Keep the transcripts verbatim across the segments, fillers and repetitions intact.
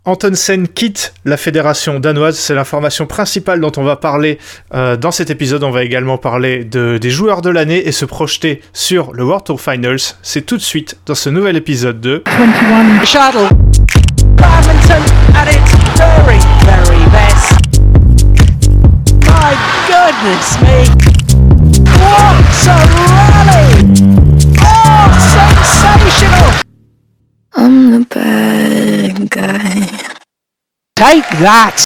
Antonsen quitte la fédération danoise, c'est l'information principale dont on va parler euh, dans cet épisode. On va également parler de, des joueurs de l'année et se projeter sur le World Tour Finals. C'est tout de suite dans ce nouvel épisode de vingt et un Shuttle Badminton at its very, very best. My goodness me! What a rally! Oh, sensational! I'm the bad guy. Take that!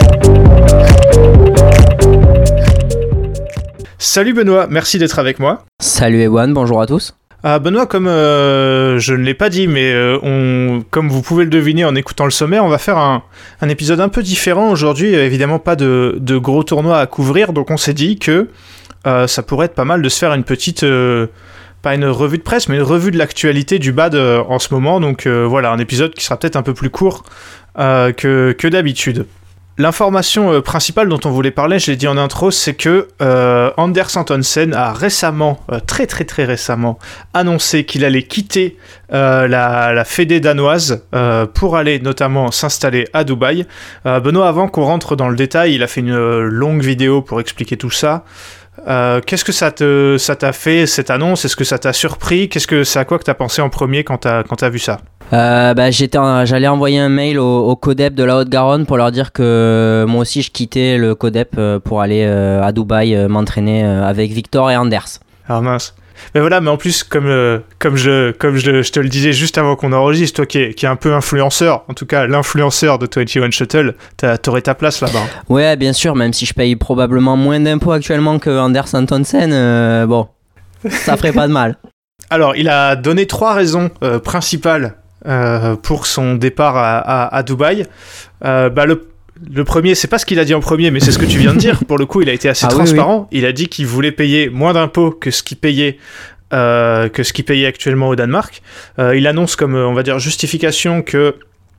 Salut Benoît, merci d'être avec moi. Salut Ewan, bonjour à tous. Ah Benoît, comme euh, je ne l'ai pas dit, mais euh, on, comme vous pouvez le deviner en écoutant le sommaire, on va faire un, un épisode un peu différent aujourd'hui. Évidemment pas de, de gros tournois à couvrir, donc on s'est dit que euh, ça pourrait être pas mal de se faire une petite... Euh, pas une revue de presse, mais une revue de l'actualité du bad euh, en ce moment. Donc euh, voilà, un épisode qui sera peut-être un peu plus court euh, que, que d'habitude. L'information euh, principale dont on voulait parler, je l'ai dit en intro, c'est que euh, Anders Antonsen a récemment, euh, très très très récemment, annoncé qu'il allait quitter euh, la, la fédé danoise euh, pour aller notamment s'installer à Dubaï. Euh, Benoît, avant qu'on rentre dans le détail, il a fait une euh, longue vidéo pour expliquer tout ça. Euh, qu'est-ce que ça, te, ça t'a fait, cette annonce? Est-ce que ça t'a surpris? Qu'est-ce que, c'est à quoi que t'as pensé en premier quand t'as, quand t'as vu ça? euh, bah, j'étais en, J'allais envoyer un mail au, au CODEP de la Haute-Garonne pour leur dire que moi aussi je quittais le CODEP pour aller euh, à Dubaï euh, m'entraîner euh, avec Victor et Anders. Ah mince. Mais voilà, mais en plus, comme, euh, comme, je, comme je, je te le disais juste avant qu'on enregistre, toi qui es, qui est un peu influenceur, en tout cas l'influenceur de vingt et un Shuttle, t'aurais ta place là-bas. Ouais, bien sûr, même si je paye probablement moins d'impôts actuellement que Anders Antonsen, euh, bon, ça ferait pas de mal. Alors, il a donné trois raisons euh, principales euh, pour son départ à, à, à Dubaï. Euh, bah, le Le premier, c'est pas ce qu'il a dit en premier, mais c'est ce que tu viens de dire. Pour le coup, il a été assez ah, transparent. Oui, oui. Il a dit qu'il voulait payer moins d'impôts que ce qu'il payait, euh, que ce qu'il payait actuellement au Danemark. Euh, il annonce comme, on va dire, justification que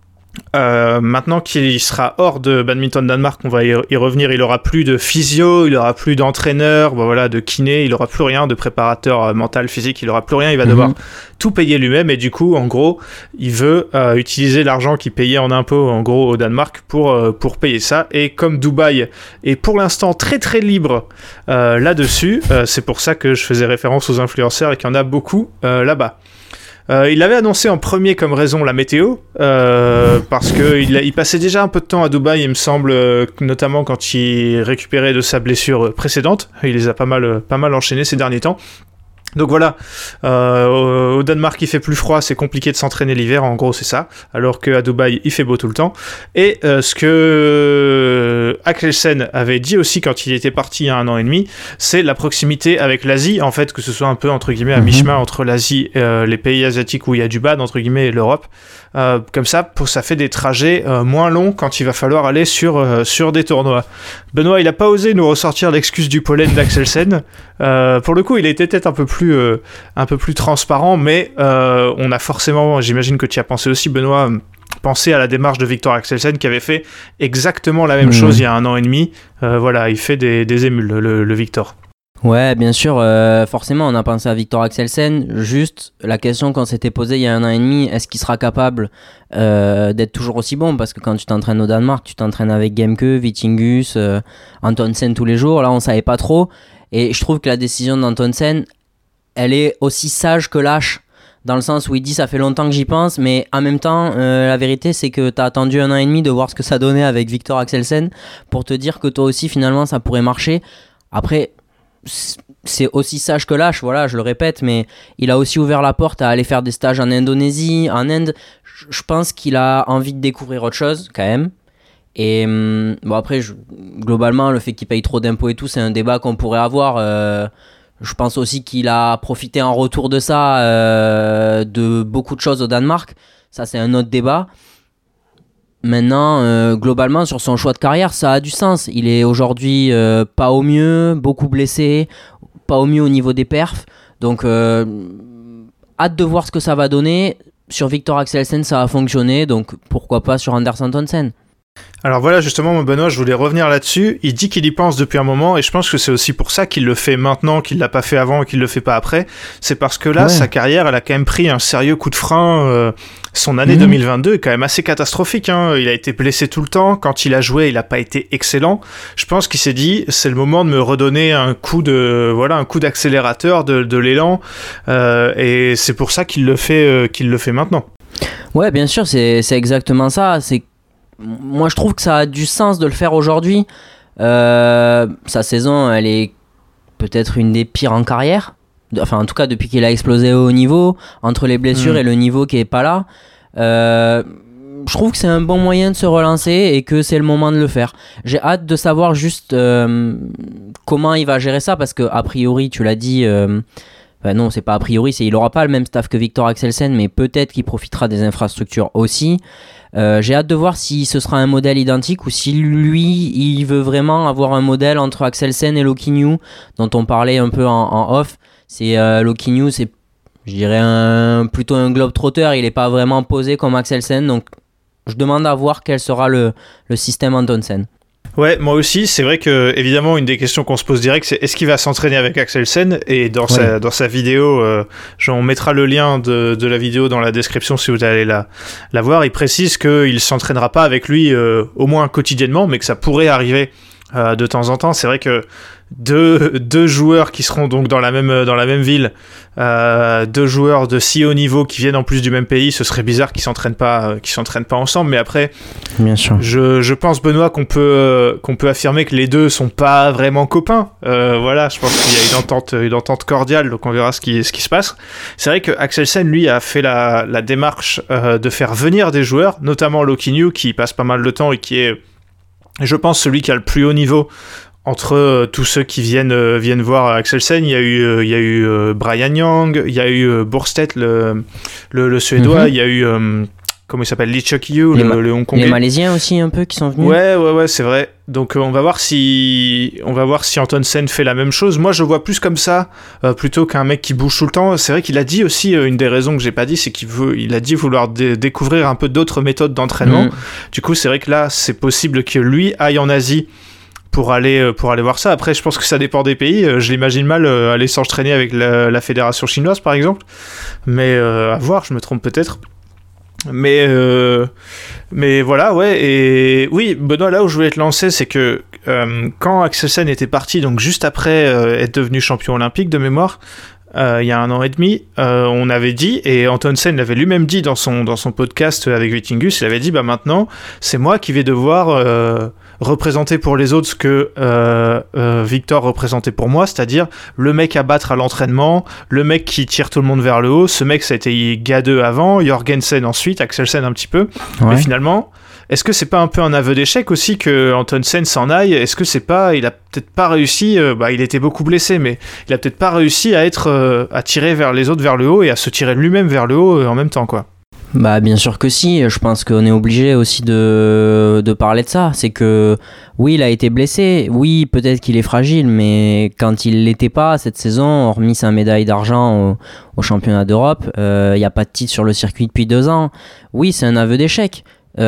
euh, maintenant qu'il sera hors de Badminton Danemark, on va y revenir, il aura plus de physio, il aura plus d'entraîneur, ben voilà, de kiné, il aura plus rien, de préparateur mental, physique, il aura plus rien, il va mm-hmm. devoir tout payer lui-même et du coup, en gros, il veut euh, utiliser l'argent qu'il payait en impôts, en gros, au Danemark pour, euh, pour payer ça. Et comme Dubaï est pour l'instant très très libre euh, là-dessus, euh, c'est pour ça que je faisais référence aux influenceurs et qu'il y en a beaucoup euh, là-bas. Euh, il avait annoncé en premier comme raison la météo, euh, parce qu'il il passait déjà un peu de temps à Dubaï, il me semble, euh, notamment quand il récupérait de sa blessure précédente. Il les a pas mal, pas mal enchaînés ces derniers temps. Donc voilà, euh, au Danemark il fait plus froid, c'est compliqué de s'entraîner l'hiver, en gros c'est ça, alors qu'à Dubaï il fait beau tout le temps. Et euh, ce que Axelsen avait dit aussi quand il était parti il y a un an et demi, c'est la proximité avec l'Asie, en fait, que ce soit un peu entre guillemets à mi-chemin entre l'Asie, euh, les pays asiatiques où il y a du bad entre guillemets et l'Europe. Euh, comme ça, pour, ça fait des trajets euh, moins longs quand il va falloir aller sur, euh, sur des tournois. Benoît, il a pas osé nous ressortir l'excuse du pollen d'Axelsen. Euh, pour le coup, il était peut-être un peu plus, euh, un peu plus transparent, mais euh, on a forcément, j'imagine que tu y as pensé aussi, Benoît, pensé à la démarche de Victor Axelsen qui avait fait exactement la même mmh. chose il y a un an et demi. Euh, voilà, il fait des, des émules, le, le Victor. Ouais, bien sûr, euh, forcément, on a pensé à Victor Axelsen. Juste, la question qu'on s'était posée il y a un an et demi, est-ce qu'il sera capable euh, d'être toujours aussi bon? Parce que quand tu t'entraînes au Danemark, tu t'entraînes avec Gemke, Vitingus, euh, Antonsen tous les jours. Là, on savait pas trop. Et je trouve que la décision d'Antonsen, elle est aussi sage que lâche. Dans le sens où il dit ça fait longtemps que j'y pense, mais en même temps, euh, la vérité c'est que t'as attendu un an et demi de voir ce que ça donnait avec Victor Axelsen pour te dire que toi aussi finalement ça pourrait marcher. Après, c'est aussi sage que lâche, voilà, je le répète, mais il a aussi ouvert la porte à aller faire des stages en Indonésie, en Inde. Je pense qu'il a envie de découvrir autre chose quand même. Et hum, bon après, je, globalement, le fait qu'il paye trop d'impôts et tout, c'est un débat qu'on pourrait avoir. Euh, je pense aussi qu'il a profité en retour de ça, euh, de beaucoup de choses au Danemark. Ça, c'est un autre débat. Maintenant, euh, globalement, sur son choix de carrière, ça a du sens. Il est aujourd'hui euh, pas au mieux, beaucoup blessé, pas au mieux au niveau des perfs. Donc, euh, hâte de voir ce que ça va donner. Sur Victor Axelsen, ça a fonctionné, donc pourquoi pas sur Anders Antonsen. Alors voilà, justement, Benoît, je voulais revenir là-dessus. Il dit qu'il y pense depuis un moment, et je pense que c'est aussi pour ça qu'il le fait maintenant, qu'il l'a pas fait avant et qu'il le fait pas après. C'est parce que là, ouais. sa carrière, elle a quand même pris un sérieux coup de frein. Euh, son année mmh. deux mille vingt-deux est quand même assez catastrophique. Hein. Il a été blessé tout le temps. Quand il a joué, il a pas été excellent. Je pense qu'il s'est dit, c'est le moment de me redonner un coup de, voilà, un coup d'accélérateur, de, de l'élan, euh, et c'est pour ça qu'il le fait, euh, qu'il le fait maintenant. Ouais, bien sûr, c'est, c'est exactement ça. C'est Moi, je trouve que ça a du sens de le faire aujourd'hui. Euh, sa saison, elle est peut-être une des pires en carrière. Enfin, en tout cas, depuis qu'il a explosé au haut niveau, entre les blessures mmh. et le niveau qui est pas là. Euh, je trouve que c'est un bon moyen de se relancer et que c'est le moment de le faire. J'ai hâte de savoir juste euh, comment il va gérer ça, parce que a priori, tu l'as dit... Euh, Enfin non, c'est pas a priori, c'est il aura pas le même staff que Victor Axelsen, mais peut-être qu'il profitera des infrastructures aussi. Euh, j'ai hâte de voir si ce sera un modèle identique ou si lui, il veut vraiment avoir un modèle entre Axelsen et Loquinho, dont on parlait un peu en, en off. C'est euh, Loquinho, c'est, je dirais un, plutôt un globe-trotteur. Il est pas vraiment posé comme Axelsen, donc je demande à voir quel sera le, le système Antonsen. Ouais, moi aussi, c'est vrai que évidemment une des questions qu'on se pose direct, c'est est-ce qu'il va s'entraîner avec Axelsen, et dans ouais. sa dans sa vidéo, euh, on mettra le lien de de la vidéo dans la description si vous allez la la voir. Il précise qu'il s'entraînera pas avec lui euh, au moins quotidiennement, mais que ça pourrait arriver euh, de temps en temps. C'est vrai que deux deux joueurs qui seront donc dans la même dans la même ville, euh, deux joueurs de si haut niveau qui viennent en plus du même pays, ce serait bizarre qu'ils s'entraînent pas qu'ils s'entraînent pas ensemble. Mais après, bien sûr, je je pense, Benoît, qu'on peut euh, qu'on peut affirmer que les deux sont pas vraiment copains. Euh, voilà, je pense qu'il y a une entente une entente cordiale, donc on verra ce qui ce qui se passe. C'est vrai que Axelsen, lui, a fait la la démarche euh, de faire venir des joueurs, notamment Loquinho, qui passe pas mal de temps et qui est, je pense, celui qui a le plus haut niveau entre euh, tous ceux qui viennent euh, viennent voir Axelsen. Il y a eu euh, il y a eu euh, Brian Young, il y a eu euh, Borstedt, le le, le suédois, mm-hmm. il y a eu euh, comment il s'appelle, Lee Chuk-Yu, le, ma- le hongkongais. Les Malaisiens aussi un peu qui sont venus. Ouais ouais ouais, c'est vrai. Donc euh, on va voir si on va voir si Antonsen fait la même chose. Moi je vois plus comme ça euh, plutôt qu'un mec qui bouge tout le temps. C'est vrai qu'il a dit aussi euh, une des raisons que j'ai pas dit, c'est qu'il veut il a dit vouloir dé- découvrir un peu d'autres méthodes d'entraînement. Mm. Du coup, c'est vrai que là, c'est possible que lui aille en Asie pour aller pour aller voir ça. Après, je pense que ça dépend des pays. Je l'imagine mal euh, aller s'entraîner avec la, la fédération chinoise, par exemple. Mais euh, à voir, je me trompe peut-être. Mais euh, mais voilà, ouais. Et oui, Benoît, là où je voulais te lancer, c'est que euh, quand Axelsen était parti, donc juste après euh, être devenu champion olympique de mémoire, euh, il y a un an et demi, euh, on avait dit, et Antonsen l'avait lui-même dit dans son dans son podcast avec Vitingus, il avait dit, bah maintenant, c'est moi qui vais devoir euh, représenter pour les autres ce que euh, euh, Victor représentait pour moi, c'est-à-dire le mec à battre à l'entraînement, le mec qui tire tout le monde vers le haut. Ce mec, ça a été Gadeux avant, Jorgensen ensuite, Axelsen un petit peu. Ouais. Mais finalement, est-ce que c'est pas un peu un aveu d'échec aussi que Antonsen s'en aille ? Est-ce que c'est pas, il a peut-être pas réussi, euh, bah il était beaucoup blessé, mais il a peut-être pas réussi à être, euh, à tirer vers les autres vers le haut et à se tirer lui-même vers le haut euh, en même temps, quoi. Bah bien sûr que si, je pense qu'on est obligé aussi de, de parler de ça. C'est que oui, il a été blessé, oui, peut-être qu'il est fragile, mais quand il l'était pas cette saison, hormis sa médaille d'argent au, au championnat d'Europe, il euh, n'y a pas de titre sur le circuit depuis deux ans. Oui, c'est un aveu d'échec.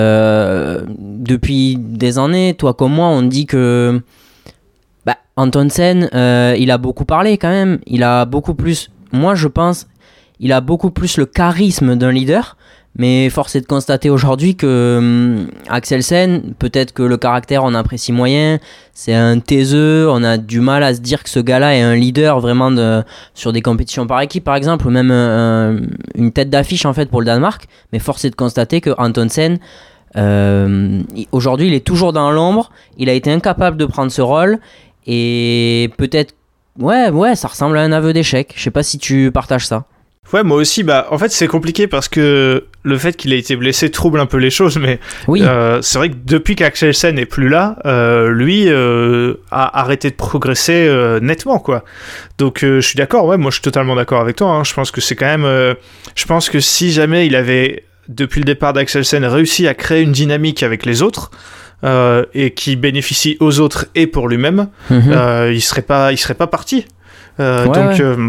Euh, depuis des années, toi comme moi, on dit que bah, Antonsen, euh, il a beaucoup parlé quand même, il a beaucoup plus, moi je pense, il a beaucoup plus le charisme d'un leader. Mais force est de constater aujourd'hui que hum, Axelsen, peut-être que le caractère on apprécie moyen, c'est un taiseux, on a du mal à se dire que ce gars-là est un leader vraiment de, sur des compétitions par équipe par exemple, ou même un, une tête d'affiche en fait pour le Danemark. Mais force est de constater que Antonsen, euh, aujourd'hui il est toujours dans l'ombre, il a été incapable de prendre ce rôle, et peut-être, ouais, ouais, ça ressemble à un aveu d'échec. Je sais pas si tu partages ça. Ouais, moi aussi, bah, en fait, c'est compliqué parce que le fait qu'il ait été blessé trouble un peu les choses, mais oui. euh, c'est vrai que depuis qu'Axelsen n'est plus là, euh, lui euh, a arrêté de progresser euh, nettement, quoi. Donc, euh, je suis d'accord, ouais, moi, je suis totalement d'accord avec toi, hein. Je pense que c'est quand même, euh, je pense que si jamais il avait, depuis le départ d'Axelsen, réussi à créer une dynamique avec les autres, euh, et qui bénéficie aux autres et pour lui-même, mm-hmm. euh, il serait pas, il serait pas parti. Euh, ouais, donc, ouais. Euh,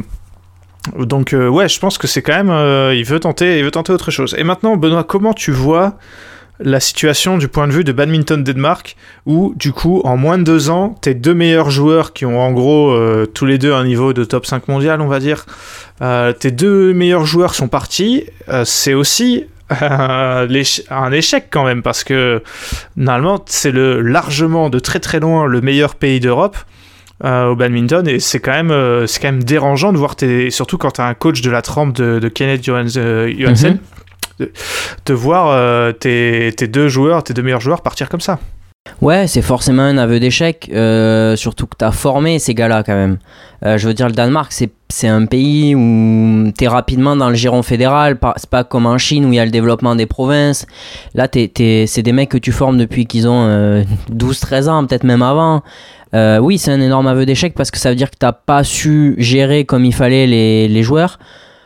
Donc euh, ouais, je pense que c'est quand même euh, il veut tenter, il veut tenter autre chose. Et maintenant, Benoît, comment tu vois la situation du point de vue de Badminton Danemark, où du coup, en moins de deux ans, tes deux meilleurs joueurs qui ont en gros euh, tous les deux un niveau de top cinq mondial, on va dire, euh, tes deux meilleurs joueurs sont partis, euh, c'est aussi euh, un échec quand même, parce que normalement, c'est le, largement de très très loin le meilleur pays d'Europe. Euh, au badminton, et c'est quand même euh, c'est quand même dérangeant de voir tes, surtout quand t'as un coach de la trempe de, de Kenneth Johans, euh, Johansen, mm-hmm. de, de voir euh, tes, tes deux joueurs, tes deux meilleurs joueurs partir comme ça. Ouais, c'est forcément un aveu d'échec, euh, surtout que t'as formé ces gars-là quand même. Euh, je veux dire, le Danemark, c'est, c'est un pays où t'es rapidement dans le giron fédéral, c'est pas comme en Chine où il y a le développement des provinces. Là, t'es, t'es, c'est des mecs que tu formes depuis qu'ils ont euh, douze treize ans, peut-être même avant. Euh, oui, c'est un énorme aveu d'échec parce que ça veut dire que t'as pas su gérer comme il fallait les, les joueurs.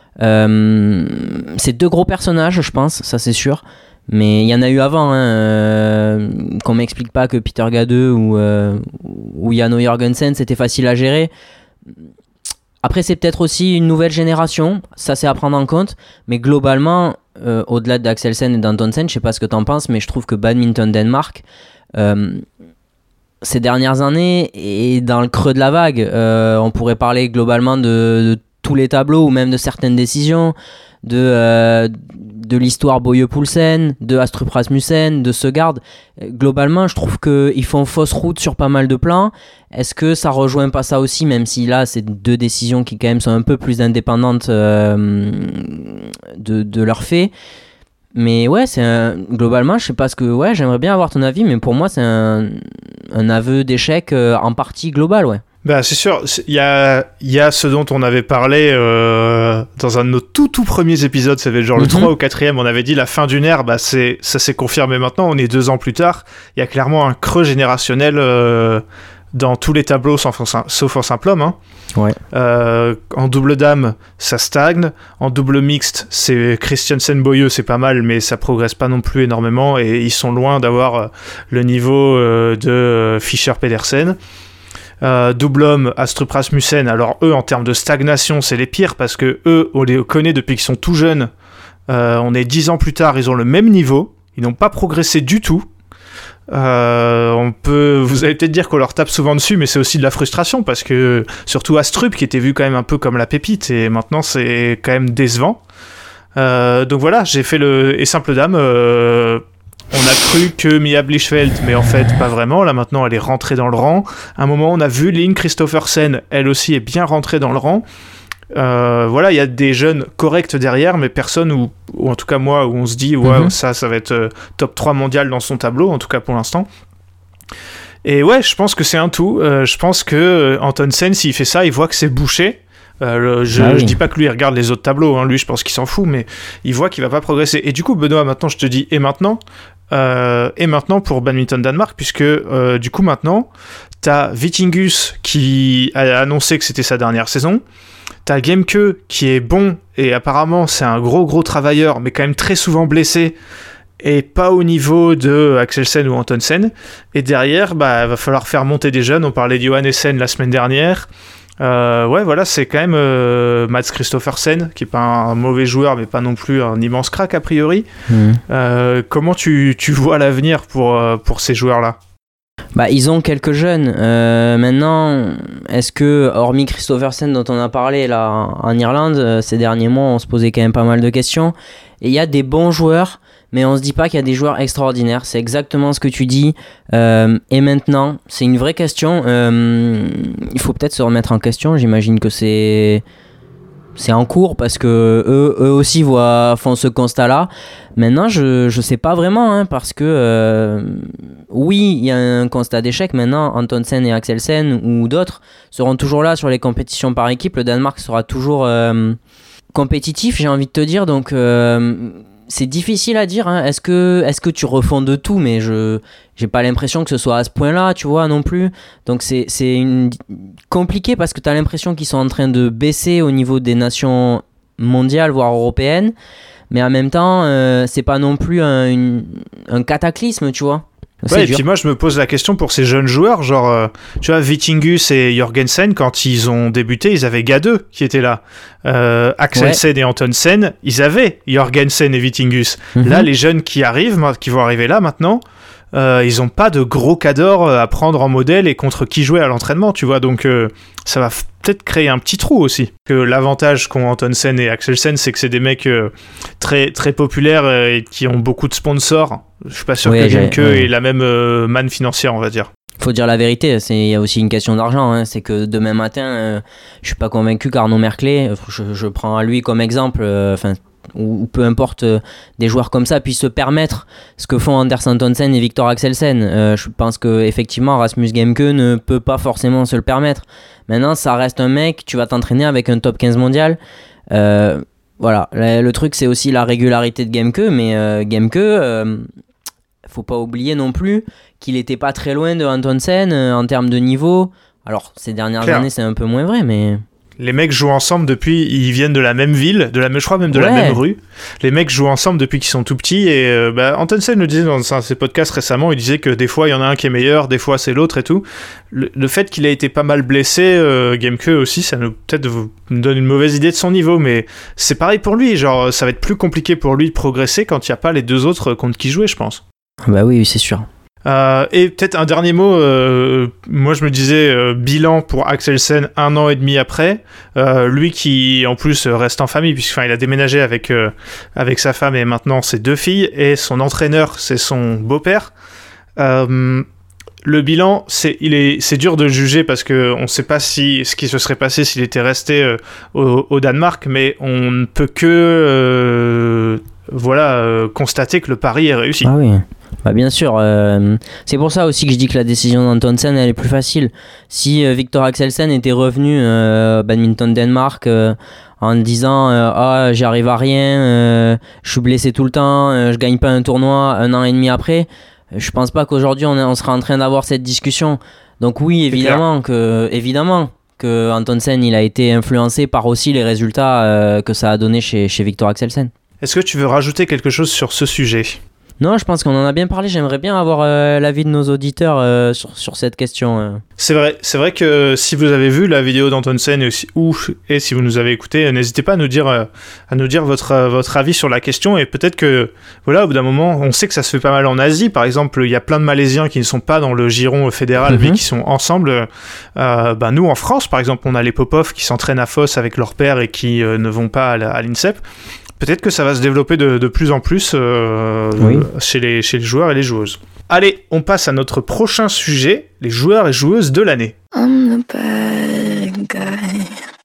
Euh, c'est deux gros personnages, je pense, ça c'est sûr. Mais il y en a eu avant, hein, euh, qu'on m'explique pas que Peter Gadeux ou, euh, ou Jano Jorgensen c'était facile à gérer. Après, c'est peut-être aussi une nouvelle génération, ça c'est à prendre en compte. Mais globalement, euh, au-delà d'Axelsen et d'Antonsen, je sais pas ce que t'en penses, mais je trouve que Badminton Danemark, euh, ces dernières années, est dans le creux de la vague. Euh, on pourrait parler globalement de, de tous les tableaux ou même de certaines décisions, de, euh, de l'histoire Boye Poulsen, de Astrup Rasmussen, de Søgaard. Globalement, je trouve qu'ils font fausse route sur pas mal de plans. Est-ce que ça rejoint pas ça aussi, même si là, c'est deux décisions qui quand même sont un peu plus indépendantes euh, de, de leur fait. Mais ouais, c'est un... globalement, je sais pas ce que... Ouais, j'aimerais bien avoir ton avis, mais pour moi, c'est un, un aveu d'échec euh, en partie global, ouais. Bah, c'est sûr, il y a, y a ce dont on avait parlé euh, dans un de nos tout tout premiers épisodes, ça fait genre mm-hmm. le trois ou quatrième, on avait dit la fin d'une ère, bah c'est, ça s'est confirmé maintenant, on est deux ans plus tard, il y a clairement un creux générationnel euh, dans tous les tableaux, sauf en, sauf en simple homme. Hein. Ouais. Euh, en double dame, ça stagne, en double mixte, c'est Christiansen-Boye, c'est pas mal, mais ça progresse pas non plus énormément, et ils sont loin d'avoir euh, le niveau euh, de Fischer-Pedersen. Euh, double homme, Astrup Rasmussen, alors eux en termes de stagnation c'est les pires parce que eux on les connaît depuis qu'ils sont tout jeunes, euh, on est dix ans plus tard, ils ont le même niveau, ils n'ont pas progressé du tout. Euh, on peut, vous allez peut-être dire qu'on leur tape souvent dessus, mais c'est aussi de la frustration parce que surtout Astrup qui était vu quand même un peu comme la pépite et maintenant c'est quand même décevant. Euh, donc voilà, j'ai fait le et simple dame. Euh, On a cru que Mia Blichfeld, mais en fait pas vraiment. Là maintenant elle est rentrée dans le rang. À un moment on a vu Linn Kristoffersen, elle aussi est bien rentrée dans le rang. Euh, voilà, il y a des jeunes corrects derrière, mais personne, ou, ou en tout cas moi, où on se dit ouais, mm-hmm. ça, ça va être euh, top trois mondial dans son tableau, en tout cas pour l'instant. Et ouais, je pense que c'est un tout. Euh, je pense que euh, Antonsen, s'il fait ça, il voit que c'est bouché. Euh, le, je, ah oui. je dis pas que lui il regarde les autres tableaux, hein. Lui je pense qu'il s'en fout, mais il voit qu'il va pas progresser. Et du coup Benoît, maintenant je te dis et maintenant euh, et maintenant pour Badminton Danemark, puisque euh, du coup maintenant t'as Vittingus qui a annoncé que c'était sa dernière saison, t'as Gemke qui est bon et apparemment c'est un gros gros travailleur mais quand même très souvent blessé et pas au niveau de Axelsen ou Antonsen, et derrière bah il va falloir faire monter des jeunes. On parlait de Johannessen la semaine dernière. Euh, ouais, voilà, c'est quand même euh, Mats Kristoffersen, qui est pas un mauvais joueur, mais pas non plus un immense crack a priori. Mmh. Euh, comment tu, tu vois l'avenir pour, euh, pour ces joueurs-là ? Bah, ils ont quelques jeunes. Euh, maintenant, est-ce que, hormis Kristoffersen dont on a parlé là en Irlande, euh, ces derniers mois, on se posait quand même pas mal de questions. Et il y a des bons joueurs, mais on se dit pas qu'il y a des joueurs extraordinaires. C'est exactement ce que tu dis. Euh, et maintenant, c'est une vraie question. Euh, il faut peut-être se remettre en question. J'imagine que c'est c'est en cours parce que eux, eux aussi voient, font ce constat-là. Maintenant, je je sais pas vraiment, hein, parce que euh, oui, il y a un constat d'échec. Maintenant, Antonsen et Axelsen ou d'autres seront toujours là sur les compétitions par équipe. Le Danemark sera toujours euh, compétitif, j'ai envie de te dire. Donc euh, c'est difficile à dire, hein. Est-ce que, est-ce que tu refonds de tout, mais je j'ai pas l'impression que ce soit à ce point-là, tu vois, non plus. Donc c'est, c'est une... compliqué parce que tu as l'impression qu'ils sont en train de baisser au niveau des nations mondiales, voire européennes, mais en même temps, euh, c'est pas non plus un, une, un cataclysme, tu vois. C'est Ouais, et dur. puis moi je me pose la question pour ces jeunes joueurs, genre euh, tu vois Vitingus et Jorgensen, quand ils ont débuté, ils avaient Gadeux qui était là. Euh, Axelsen Ouais. et Antonsen, ils avaient Jorgensen et Vitingus. Mhm. Là, les jeunes qui arrivent, moi, qui vont arriver là maintenant, euh, ils ont pas de gros cadors à prendre en modèle et contre qui jouer à l'entraînement, tu vois. Donc euh, ça va f- peut-être créer un petit trou aussi. Que l'avantage qu'ont Antonsen et Axelsen, c'est que c'est des mecs euh, très très populaires euh, et qui ont beaucoup de sponsors. Je suis pas sûr Ouais, que j'ai- Gameke ouais. ait la même euh, manne financière, on va dire. Faut dire la vérité, c'est il y a aussi une question d'argent. Hein. C'est que demain matin, euh, je suis pas convaincu qu'Arnaud Merclé, euh, je, je prends lui comme exemple, enfin ou, ou peu importe, euh, des joueurs comme ça puissent se permettre ce que font Anders Antonsen et Victor Axelsen. Euh, je pense que effectivement Rasmus Gameke ne peut pas forcément se le permettre. Maintenant, ça reste un mec, tu vas t'entraîner avec un top quinze mondial. Euh, voilà, le, le truc c'est aussi la régularité de Gameke, mais euh, Gameke, euh, faut pas oublier non plus qu'il était pas très loin de Antonsen euh, en termes de niveau. Alors ces dernières Claire. années c'est un peu moins vrai, mais Les mecs jouent ensemble depuis, ils viennent de la même ville, de la même, je crois même de la Ouais. même rue. Les mecs jouent ensemble depuis qu'ils sont tout petits et euh, bah, Antonsen le disait dans un de ses podcasts récemment, il disait que des fois il y en a un qui est meilleur, des fois c'est l'autre et tout. Le, le fait qu'il ait été pas mal blessé, euh, Gameke aussi, ça nous peut-être vous nous donne une mauvaise idée de son niveau, mais c'est pareil pour lui, genre ça va être plus compliqué pour lui de progresser quand il n'y a pas les deux autres contre qui jouer, je pense. bah oui, c'est sûr. Euh, et peut-être un dernier mot, euh, moi je me disais euh, bilan pour Axelsen un an et demi après, euh, lui qui en plus reste en famille puisqu'il a déménagé avec, euh, avec sa femme et maintenant ses deux filles, et son entraîneur c'est son beau-père. Euh, le bilan, c'est, il est, c'est dur de juger parce qu'on ne sait pas si, ce qui se serait passé s'il était resté euh, au, au Danemark, mais on ne peut que euh, voilà, euh, constater que le pari est réussi. Ah oui. Bah bien sûr, euh, c'est pour ça aussi que je dis que la décision d'Antonsen elle est plus facile. Si euh, Victor Axelsen était revenu euh, badminton Danemark euh, en disant euh, ah j'arrive à rien, euh, je suis blessé tout le temps, euh, je gagne pas un tournoi un an et demi après, je pense pas qu'aujourd'hui on, est- on sera en train d'avoir cette discussion. Donc oui, évidemment que évidemment que Antonsen il a été influencé par aussi les résultats euh, que ça a donné chez chez Victor Axelsen. Est-ce que tu veux rajouter quelque chose sur ce sujet ? Non, je pense qu'on en a bien parlé. J'aimerais bien avoir euh, l'avis de nos auditeurs euh, sur, sur cette question. euh. C'est vrai, c'est vrai que si vous avez vu la vidéo d'Antonsen et, aussi- ou, et si vous nous avez écouté, n'hésitez pas à nous dire, euh, à nous dire votre, euh, votre avis sur la question, et peut-être que, voilà, au bout d'un moment, on sait que ça se fait pas mal en Asie, par exemple, il y a plein de Malaisiens qui ne sont pas dans le giron fédéral, Mhm. mais qui sont ensemble. Euh, bah, nous, en France, par exemple, on a les Popov qui s'entraînent à Foss avec leur père et qui euh, ne vont pas à, la- à l'INSEP. Peut-être que ça va se développer de, de plus en plus euh, Oui. chez, les, chez les joueurs et les joueuses. Allez, on passe à notre prochain sujet, les joueurs et joueuses de l'année. I'm the bad guy.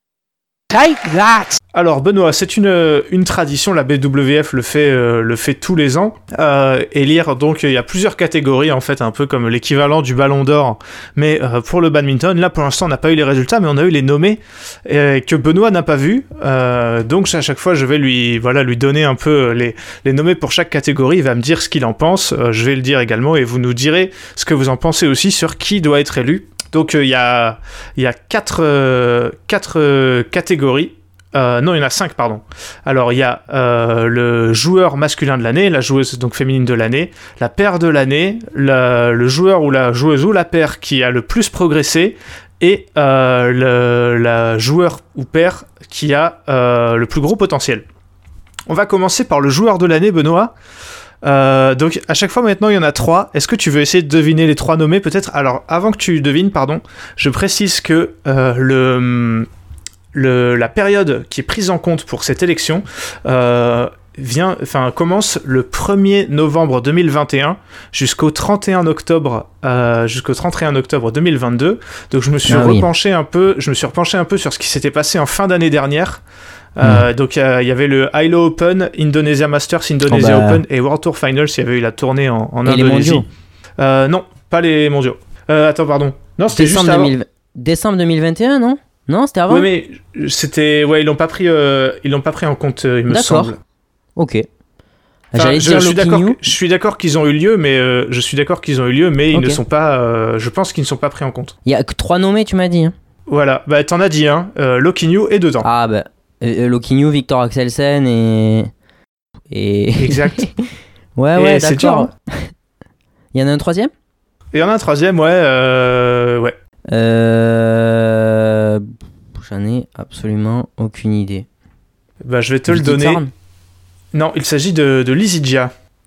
Take that! Alors Benoît, c'est une, une tradition, la B W F le fait, euh, le fait tous les ans, euh, élire, donc il y a plusieurs catégories en fait, un peu comme l'équivalent du Ballon d'Or, mais euh, pour le badminton, là pour l'instant on n'a pas eu les résultats, mais on a eu les nommés, euh, que Benoît n'a pas vu, euh, donc à chaque fois je vais lui, voilà, lui donner un peu les, les nommés pour chaque catégorie, il va me dire ce qu'il en pense, euh, je vais le dire également, et vous nous direz ce que vous en pensez aussi sur qui doit être élu. Donc il euh, y a, y a quatre, euh, quatre euh, catégories. Euh, non, il y en a cinq, pardon. Alors, il y a euh, le joueur masculin de l'année, la joueuse donc féminine de l'année, la paire de l'année, la, le joueur ou la joueuse ou la paire qui a le plus progressé, et euh, le la joueur ou paire qui a euh, le plus gros potentiel. On va commencer par le joueur de l'année, Benoît. Euh, donc à chaque fois maintenant il y en a trois. Est-ce que tu veux essayer de deviner les trois nommés peut-être ? Alors avant que tu devines, pardon, je précise que euh, le, le la période qui est prise en compte pour cette élection euh, vient, enfin commence le premier novembre deux mille vingt et un jusqu'au trente et un octobre euh, jusqu'au trente et un octobre deux mille vingt-deux. Donc je me suis Ah oui. repenché un peu, je me suis repenché un peu sur ce qui s'était passé en fin d'année dernière. Euh, donc il y, y avait le I L O Open, Indonesia Masters, Indonesia Oh bah. Open et World Tour Finals. Il y avait eu la tournée en, en Et les Indonésie. mondiaux. Euh, non, pas les mondiaux. Euh, attends, pardon. Non, c'était juste Décembre, avant. deux mille... Décembre deux mille vingt et un, non? Non, c'était avant? Oui, mais c'était, ouais, ils l'ont pas pris, euh, ils l'ont pas pris en compte, euh, il me D'accord. semble. Ok. Enfin, J'allais je, dire je suis d'accord. Loquinho. que- Je suis d'accord qu'ils ont eu lieu, mais euh, je suis d'accord qu'ils ont eu lieu, mais ils Ok. ne sont pas. euh, je pense qu'ils ne sont pas pris en compte. Il y a que trois nommés, tu m'as dit. Hein. Voilà. Bah, t'en as dit un. Euh, Loquinho est dedans. Ah, bah. Euh, Loquinho, Victor Axelsen et. Et. Exact. ouais, Et ouais, c'est d'accord. dur, Il y en a un troisième? Il y en a un troisième, ouais. Euh, ouais. Euh... J'en ai absolument aucune idée. Bah, je vais te le donner. Farm. Non, il s'agit de, de Lysidia.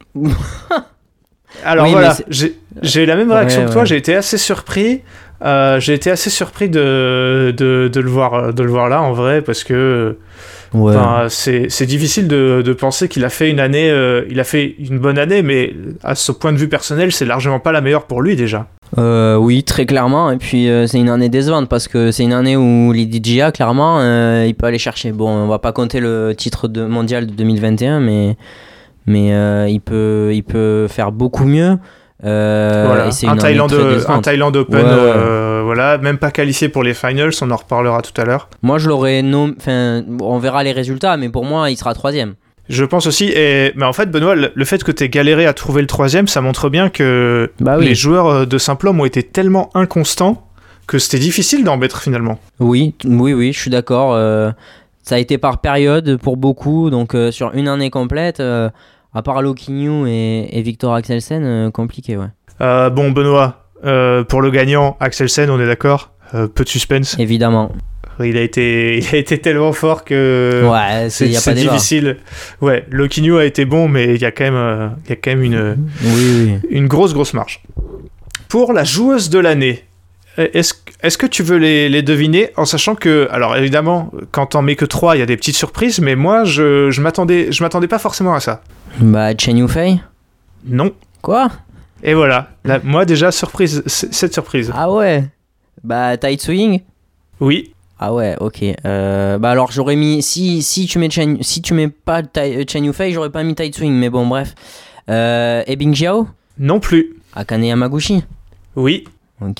Alors oui, voilà, j'ai, j'ai la même réaction ouais, que toi, ouais. j'ai été assez surpris. Euh, j'ai été assez surpris de, de, de, le voir, de le voir là en vrai, parce que ouais. ben, c'est, c'est difficile de, de penser qu'il a fait une année, euh, il a fait une bonne année, mais à ce point de vue personnel, c'est largement pas la meilleure pour lui déjà. Euh, oui, très clairement. Et puis euh, c'est une année décevante parce que c'est une année où Lysidia, clairement, euh, il peut aller chercher. Bon, on va pas compter le titre de mondial de deux mille vingt et un, mais mais euh, il peut il peut faire beaucoup mieux. Euh, voilà. et c'est un, une Thailand, année très décevante. un Thailand Open, ouais, ouais. Euh, voilà, même pas qualifié pour les finals, on en reparlera tout à l'heure. Moi, je l'aurais nommé. Enfin, on verra les résultats, mais pour moi, il sera troisième. Je pense aussi, et mais en fait Benoît, le fait que tu aies galéré à trouver le troisième, ça montre bien que bah oui. les joueurs de Simplon ont été tellement inconstants que c'était difficile d'en mettre finalement. Oui, oui, oui, je suis d'accord. Euh, ça a été par période pour beaucoup, donc euh, sur une année complète, euh, à part Loquinho et, et Victor Axelsen, euh, compliqué, ouais. Euh, bon Benoît, euh, pour le gagnant, Axelsen, on est d'accord, euh, peu de suspense. Évidemment. Il a été, il a été tellement fort que ouais, c'est, c'est, y a c'est pas difficile. Ouais, Loquinho a été bon, mais il y a quand même, euh, il y a quand même une, oui, oui. une grosse, grosse marge. Pour la joueuse de l'année, est-ce, est-ce que tu veux les, les deviner en sachant que, alors évidemment, quand t'en mets que trois, il y a des petites surprises, mais moi, je, je m'attendais, je m'attendais pas forcément à ça. Bah, Chen Yufei ? Non. Quoi ? Et voilà. Là, moi déjà, surprise, cette surprise. Ah ouais. Bah, Tai Tzu-Ying ? Oui. Ah ouais, ok. Euh, bah alors j'aurais mis si si tu mets Chen, si tu mets pas tai, Chen Yufei, j'aurais pas mis Tai Tzu-Ying, mais bon bref. Euh, et Bing Jiao ? Non plus. Akane Yamaguchi ? Oui. Ok.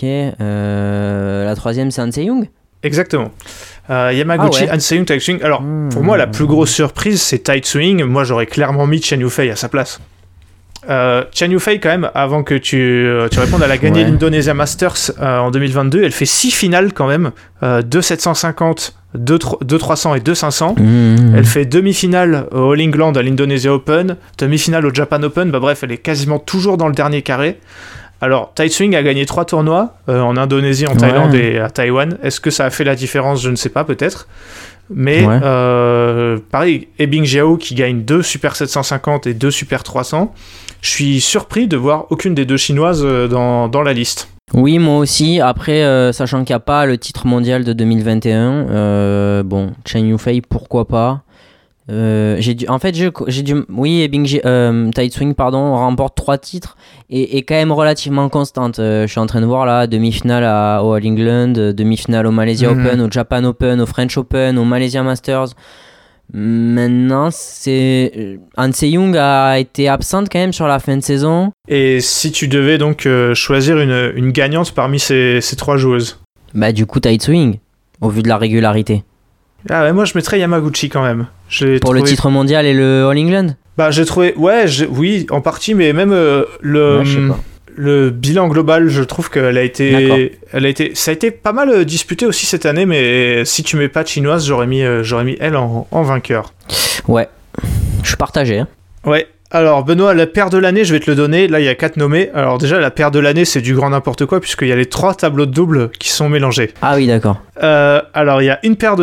Euh, la troisième c'est Han Se-young ? Exactement. Euh, Yamaguchi, ah ouais. Han Se-young, Tai Tzu-Ying. Alors mmh. pour moi la plus grosse surprise c'est Tai Tzu-Ying. Moi j'aurais clairement mis Chen Yufei à sa place. Euh, Chen Yufei quand même, avant que tu, euh, tu répondes, elle a gagné ouais. l'Indonesia Masters euh, en deux mille vingt-deux, elle fait six finales quand même, euh, deux sept cent cinquante, deux trois cents et deux cinq cents. Mmh. Elle fait demi-finale au All England à l'Indonesia Open, demi-finale au Japan Open, bah bref, elle est quasiment toujours dans le dernier carré. Alors, Tai Tzu-Ying a gagné trois tournois, euh, en Indonésie, en Thaïlande ouais. et à Taïwan. Est-ce que ça a fait la différence ? Je ne sais pas, peut-être. Mais ouais. euh, pareil, E Bing Jiao qui gagne deux Super sept cent cinquante et deux Super trois cents. Je suis surpris de voir aucune des deux chinoises dans, dans la liste. Oui, moi aussi. Après, euh, sachant qu'il n'y a pas le titre mondial de deux mille vingt et un, euh, bon, Chen Yufei, pourquoi pas. Euh, j'ai dû, en fait, j'ai, j'ai dû, oui, et Bing, euh, Tai Tzu-Ying, pardon, remporte trois titres et est quand même relativement constante. Euh, je suis en train de voir là, demi-finale à, au All England, demi-finale au Malaysia mmh. Open, au Japan Open, au French Open, au Malaysia Masters. Maintenant, c'est Han Se-young a été absente quand même sur la fin de saison. Et si tu devais donc euh, choisir une, une gagnante parmi ces, ces trois joueuses ? Bah du coup Tai Tzu-Ying, au vu de la régularité. Ah ouais, moi je mettrais Yamaguchi quand même. J'ai Pour trouvé... le titre mondial et le All England ? Bah j'ai trouvé, ouais, j'ai... oui, en partie, mais même euh, le... Ouais, je sais pas. Le bilan global, je trouve qu'elle a été, elle a été, ça a été pas mal disputé aussi cette année, mais si tu mets pas de chinoise, j'aurais mis, j'aurais mis elle en, en vainqueur. Ouais, je suis partagé. Hein. Ouais. Alors Benoît, la paire de l'année, je vais te le donner. Là, il y a quatre nommés. Alors déjà, la paire de l'année, c'est du grand n'importe quoi puisqu'il y a les trois tableaux de double qui sont mélangés. Ah oui, d'accord. Euh, alors il y a une paire de,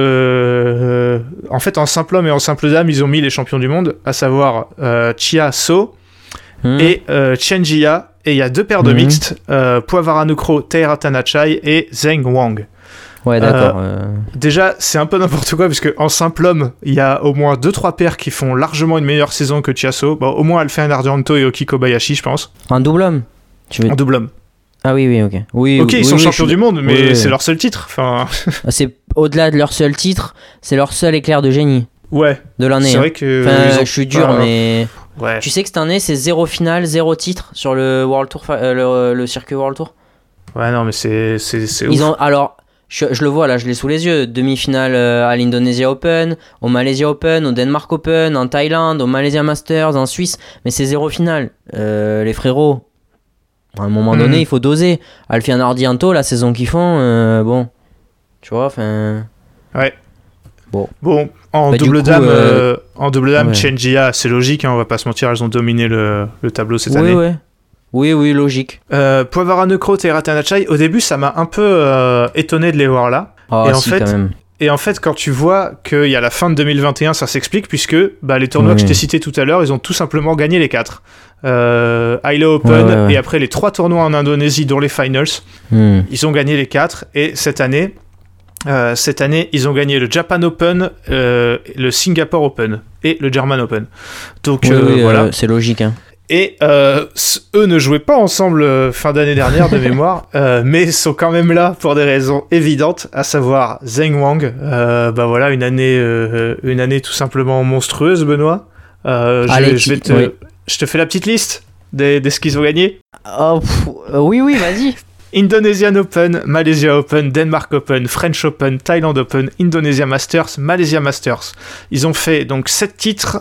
euh, en fait, en simple homme et en simple dame, ils ont mis les champions du monde, à savoir euh, Chia So hmm. et euh, Chen Jia. Et il y a deux paires de mmh. mixtes, euh, Poavaranukroh Theratanachai et Zheng Wang. Ouais, d'accord. Euh, euh... Déjà, c'est un peu n'importe quoi, parce qu'en simple homme, il y a au moins deux trois paires qui font largement une meilleure saison que Chiasso. Bon, au moins, elle fait un Argento et Oki Kobayashi, je pense. En double homme tu veux... En double homme. Ah oui, oui, ok. Oui, ok, oui, ils sont oui, champions oui, du monde, mais oui, c'est oui. leur seul titre. Enfin... c'est au-delà de leur seul titre, c'est leur seul éclair de génie. Ouais. De l'année. C'est hein. vrai que. Enfin, ont... je suis dur, pas... mais. Ouais. Tu sais que cette année, c'est zéro finale, zéro titre sur le World Tour, euh, le, le circuit World Tour. Ouais, non, mais c'est, c'est, c'est Ils ouf. ont, alors, je, je le vois là, je l'ai sous les yeux. Demi-finale à l'Indonesia Open, au Malaysia Open, au Denmark Open, en Thaïlande, au Malaysia Masters, en Suisse. Mais c'est zéro finale. Euh, les frérots, à un moment donné, mmh. il faut doser. Alfian Ardianto, la saison qu'ils font, euh, bon, tu vois, enfin. Ouais. Bon. Bon, en bah, double coup, dame, euh... euh, en double dame, ouais. Chen Jia, c'est logique, hein, on va pas se mentir, elles ont dominé le, le tableau cette oui, année. Ouais. Oui, oui, logique. Euh, Poivara Necro et Ratanachai, au début, ça m'a un peu euh, étonné de les voir là. Oh, et, en si, fait, quand même. et en fait, quand tu vois qu'il y a la fin de deux mille vingt et un, ça s'explique, puisque bah, les tournois Oui. que je t'ai cités tout à l'heure, ils ont tout simplement gagné les quatre. Euh, Isla Open, Ouais, ouais, ouais. et après les trois tournois en Indonésie, dont les finals, Hmm. ils ont gagné les quatre. Et cette année, euh, cette année ils ont gagné le Japan Open, euh, le Singapore Open et le German Open. Donc Oui, euh, oui, voilà. euh, c'est logique. Hein. Et euh, c- eux ne jouaient pas ensemble euh, fin d'année dernière de mémoire, euh, mais sont quand même là pour des raisons évidentes, à savoir Zheng Wang. Euh, bah voilà, une année, euh, une année tout simplement monstrueuse, Benoît. Euh, je, Allez, je vais tu- te, oui. je te fais la petite liste des, des ce qu'ils ont gagné. Oh, pff, euh, oui, oui, vas-y. Indonesian Open, Malaysia Open, Denmark Open, French Open, Thailand Open, Indonesia Masters, Malaysia Masters. Ils ont fait donc sept titres,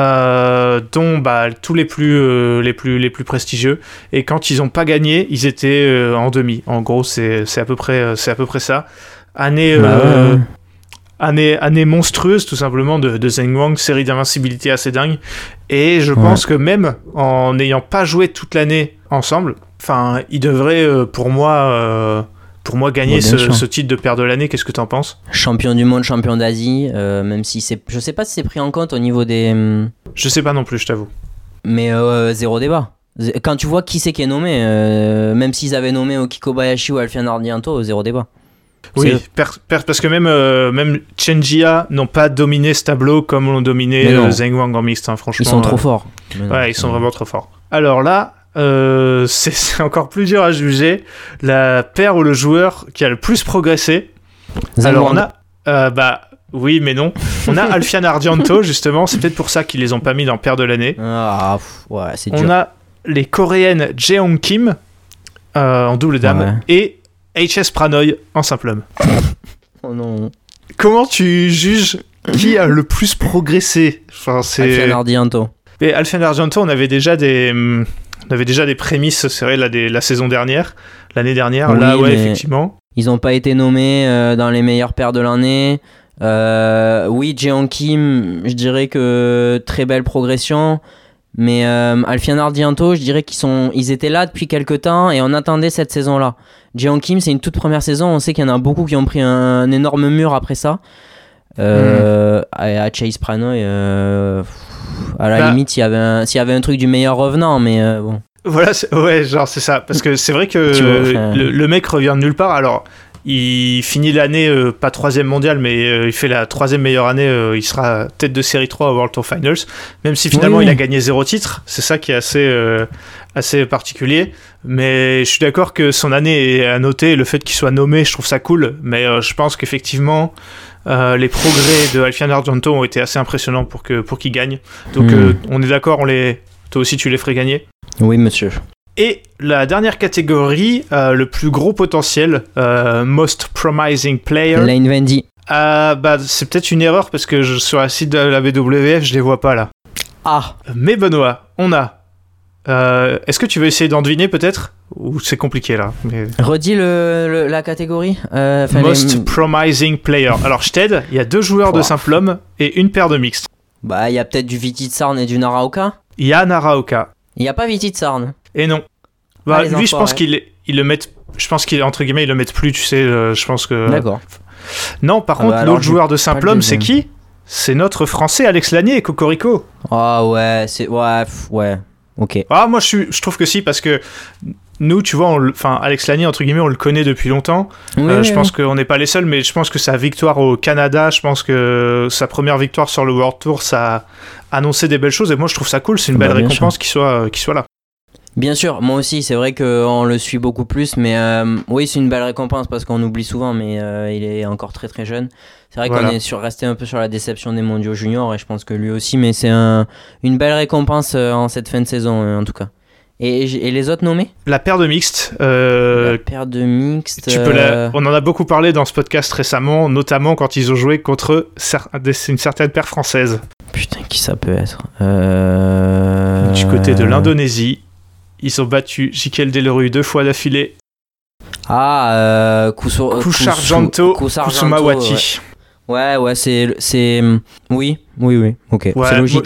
euh, dont bah, tous les plus, euh, les, plus, les plus prestigieux. Et quand ils n'ont pas gagné, ils étaient euh, en demi. En gros, c'est, c'est, à peu près, euh, c'est à peu près ça. Année, Bah, euh, ouais. année, année monstrueuse, tout simplement, de, de Zheng Wang, série d'invincibilité assez dingue. Et je Ouais. pense que même en n'ayant pas joué toute l'année ensemble, enfin, ils devraient, euh, pour moi... euh, pour moi, gagner Ouais, bien ce, sûr. ce titre de père de l'année, qu'est-ce que t'en penses? Champion du monde, champion d'Asie, euh, même si c'est. Je sais pas si c'est pris en compte au niveau des. hum, Je sais pas non plus, je t'avoue. Mais euh, zéro débat. Z- Quand tu vois qui c'est qui est nommé, euh, même s'ils avaient nommé Oki Kobayashi ou Alfian Ardianto, zéro débat. Oui, C'est- per- per- parce que même, euh, même Chen Jia n'ont pas dominé ce tableau comme l'ont dominé Mais non. euh, Zheng Wang en mixte, hein, franchement. Ils sont trop euh, forts. Mais non. Ouais, ils sont vraiment trop forts. Alors là, euh, c'est, c'est encore plus dur à juger. La paire ou le joueur qui a le plus progressé. Zheng Alors Wang. on a, euh, bah oui, mais non. On a Alfian Ardianto, justement. C'est peut-être pour ça qu'ils les ont pas mis dans paire de l'année. Ah, pff, ouais, c'est dur. On a les coréennes Jeong Kim euh, en double dame Ouais. et H S Pranoy en simple homme. Oh non. Comment tu juges qui a le plus progressé? Enfin, c'est... Alfian Ardianto. Et Alfian Ardianto, on avait déjà des, hum, on avait déjà des prémices, c'est vrai, là, des- la saison dernière, l'année dernière. Oui, là, ouais, mais- effectivement. Ils n'ont pas été nommés euh, dans les meilleures paires de l'année. Euh, oui, Jeong Kim, je dirais que très belle progression. Mais euh, Alfian Ardianto, je dirais qu'ils sont, ils étaient là depuis quelques temps et on attendait cette saison-là. Jeong Kim, c'est une toute première saison. On sait qu'il y en a beaucoup qui ont pris un, un énorme mur après ça. Euh, Hmm. à, à Chase Pranoy, euh, pff, à la Bah. limite, s'il y avait un, s'il y avait un truc du meilleur revenant, mais euh, bon. Voilà, c'est- ouais, genre, c'est ça. Parce que c'est vrai que Tu vois, enfin- le, le mec revient de nulle part. Alors, il finit l'année, euh, pas troisième mondial, mais euh, il fait la troisième meilleure année. euh, il sera tête de série trois au World Tour Finals. Même si finalement, Oui, oui. il a gagné zéro titre. C'est ça qui est assez, euh, assez particulier. Mais je suis d'accord que son année est à noter. Le fait qu'il soit nommé, je trouve ça cool. Mais euh, je pense qu'effectivement, euh, les progrès de Alfian Ardianto ont été assez impressionnants pour, que, pour qu'il gagne. Donc, Hmm. euh, on est d'accord, on les... toi aussi, tu les ferais gagner. Oui, monsieur. Et la dernière catégorie, euh, le plus gros potentiel, euh, Most Promising Player. Lane Vendy. Euh, bah, c'est peut-être une erreur parce que je, sur la site de la W W F, je les vois pas là. Ah, Mais Benoît, on a. Euh, est-ce que tu veux essayer d'en deviner peut-être? Ou c'est compliqué là? Mais... redis le, le- la catégorie. Euh, enfin, Most les- Promising Player. Alors je t'aide, il y a deux joueurs de Pouah. simple homme et une paire de mixtes. Bah, il y a peut-être du Viti Tsarn et du Naraoka. Il y a Naraoka. Il n'y a pas Viti Tsarn. Et non. Bah, Ah, les lui, je pense enfoirés. qu'il il le met. Je pense qu'il entre guillemets, ils le mettent plus, tu sais. euh, je pense que. D'accord. Non, par Ah contre, bah alors, l'autre je- joueur de pas simple le homme, c'est deuxième. qui? C'est notre français Alex Lanier, Cocorico. Ah ouais, c'est. Ouais, pff, ouais. Ok. Ah, moi, je, suis, je trouve que si, parce que nous, tu vois, on le- enfin, Alex Lanier, entre guillemets, on le connaît depuis longtemps. Oui, Euh, oui, je oui. pense qu'on n'est pas les seuls, mais je pense que sa victoire au Canada, je pense que sa première victoire sur le World Tour, ça a annoncé des belles choses. Et moi, je trouve ça cool. C'est une Bah, belle bien récompense qu'il soit, euh, qu'il soit là. Bien sûr, moi aussi, c'est vrai qu'on le suit beaucoup plus, mais euh, oui, c'est une belle récompense parce qu'on oublie souvent, mais euh, il est encore très très jeune. C'est vrai Voilà. qu'on est sur, resté un peu sur la déception des mondiaux juniors, et je pense que lui aussi, mais c'est un, une belle récompense euh, en cette fin de saison, euh, en tout cas. Et, et les autres nommés La paire de mixtes, euh, La paire de mixte. tu peux la- euh, on en a beaucoup parlé dans ce podcast récemment, notamment quand ils ont joué contre cer- des- une certaine paire française. Putain, qui ça peut être euh... Du côté de l'Indonésie, ils ont battu Jikel Delerue deux fois d'affilée. Ah, euh, Kuso- Kusharjanto, Kusu- Kusarjanto, Kusumawati. Ouais, ouais, ouais c'est. c'est... Oui, oui, oui, ok. Ouais, c'est logique. moi, je,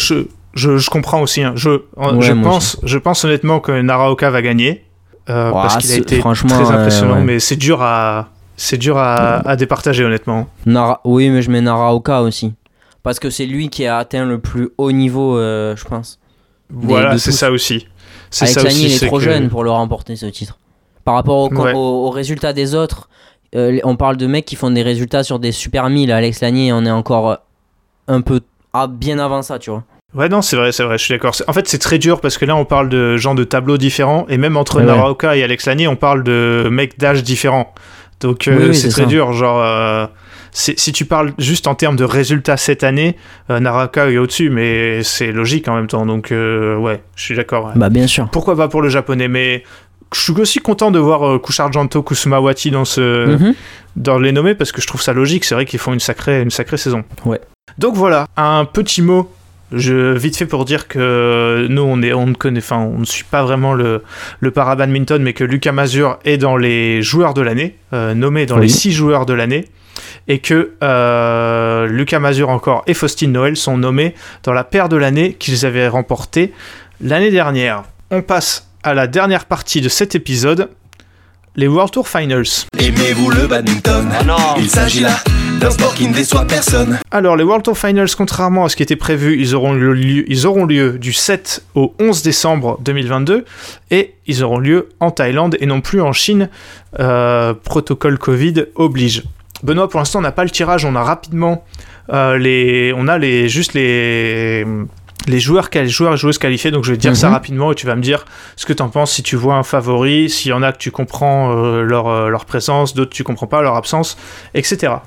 je, je comprends aussi. Hein. Je, Ouais, je, moi pense, je pense honnêtement que Naraoka va gagner. Euh, Ouah, parce qu'il a c'est- été franchement, très impressionnant, euh, ouais. mais c'est dur à, c'est dur à, à départager honnêtement. Nara... Oui, mais je mets Naraoka aussi. Parce que c'est lui qui a atteint le plus haut niveau, euh, je pense. Des- Voilà, de c'est tous. ça aussi. C'est Alex ça Lagny, aussi. il est c'est trop que- jeune pour le remporter ce titre. Par rapport au, Ouais. au, au résultat des autres, euh, on parle de mecs qui font des résultats sur des super mille. Alex Lagny, on est encore euh, un peu ah, bien avant ça, tu vois. Ouais, non, c'est vrai, c'est vrai, je suis d'accord. C'est- En fait, c'est très dur parce que là, on parle de gens de tableaux différents et même entre Ouais, ouais. Naraoka et Alex Lagny, on parle de mecs d'âge différents. Donc, euh, Oui, oui, c'est c'est très ça. dur. Genre, euh, c'est- si tu parles juste en termes de résultats cette année, euh, Naraoka est au-dessus, mais c'est logique en même temps. Donc, euh, ouais, je suis d'accord. Ouais. Bah, bien sûr. Pourquoi pas pour le japonais, mais je suis aussi content de voir euh, Kusharjanto, Kusumawati dans, ce, Mhm. dans les nommés parce que je trouve ça logique. C'est vrai qu'ils font une sacrée, une sacrée saison. Ouais. Donc voilà, un petit mot. Je, vite fait pour dire que nous on est, on ne connaît, enfin on ne suit pas vraiment le, le para-badminton, mais que Lucas Mazur est dans les joueurs de l'année, euh, nommé dans Oui. les six joueurs de l'année, et que euh, Lucas Mazur encore et Faustine Noël sont nommés dans la paire de l'année qu'ils avaient remportée l'année dernière. On passe à la dernière partie de cet épisode, les World Tour Finals. Aimez-vous le badminton? Ah non. Il s'agit là d'un sport qui ne déçoit personne. Alors, les World Tour Finals, contrairement à ce qui était prévu, ils auront lieu, ils auront lieu du sept au onze décembre deux mille vingt-deux et ils auront lieu en Thaïlande et non plus en Chine. Euh, protocole Covid oblige. Benoît, pour l'instant, on n'a pas le tirage, on a rapidement euh, les, on a les, juste les, les joueurs, quali- joueurs et joueuses qualifiés. Donc, je vais te dire ça Mhm. rapidement et tu vas me dire ce que tu en penses, si tu vois un favori, s'il y en a que tu comprends euh, leur, euh, leur présence, d'autres tu comprends pas leur absence, et cetera.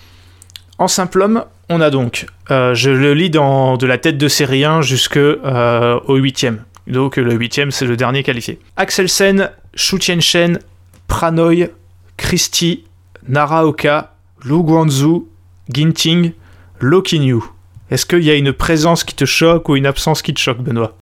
En simple homme, on a donc, euh, je le lis dans de la tête de série un jusqu'au euh, huitième. Donc le huitième, c'est le dernier qualifié. Axelsen, Xu Tianchen, Pranoy, Christie, Naraoka, Lu Guanzu, Ginting, Lo Kinyu. Est-ce qu'il y a une présence qui te choque ou une absence qui te choque, Benoît?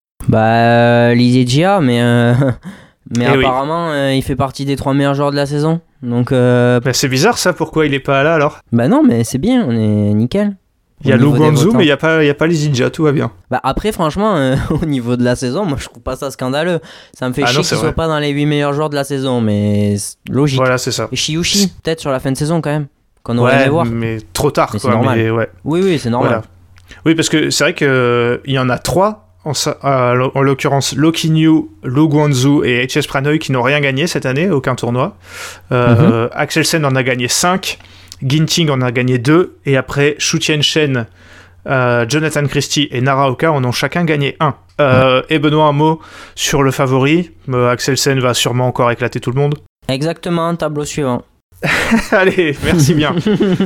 Bah, euh, Lee Jia, mais, euh, mais Eh oui. apparemment, euh, il fait partie des trois meilleurs joueurs de la saison. Donc, euh, Bah, c'est bizarre ça, pourquoi il est pas là alors? bah non, mais c'est bien, on est nickel. Il y a Au Lu niveau des Guanzu, votants. mais il n'y a pas, il y a pas les Ninja, tout va bien. Bah après, franchement, euh, au niveau de la saison, moi je trouve pas ça scandaleux. Ça me fait Ah chier non, qu'il c'est soit vrai. pas dans les huit meilleurs joueurs de la saison, mais c'est logique. Voilà, c'est ça. Et Shiyushi, peut-être sur la fin de saison quand même, qu'on aurait Ouais, aimé voir. mais trop tard Mais c'est quoi. normal. Mais ouais. Oui, oui, c'est normal. Voilà. Oui, parce que c'est vrai qu'il y en a trois, en, sa- euh, en l'occurrence Lo Kinyu, Lu Guanzu et H S Pranoy, qui n'ont rien gagné cette année, aucun tournoi. Euh, Axelsen en a gagné cinq, Ginting en a gagné deux, et après Xu Tianchen, euh, Jonathan Christie et Naraoka en ont chacun gagné un. Euh, Et Benoît, un mot sur le favori. Euh, Axelsen va sûrement encore éclater tout le monde. Exactement, tableau suivant. Allez, merci bien.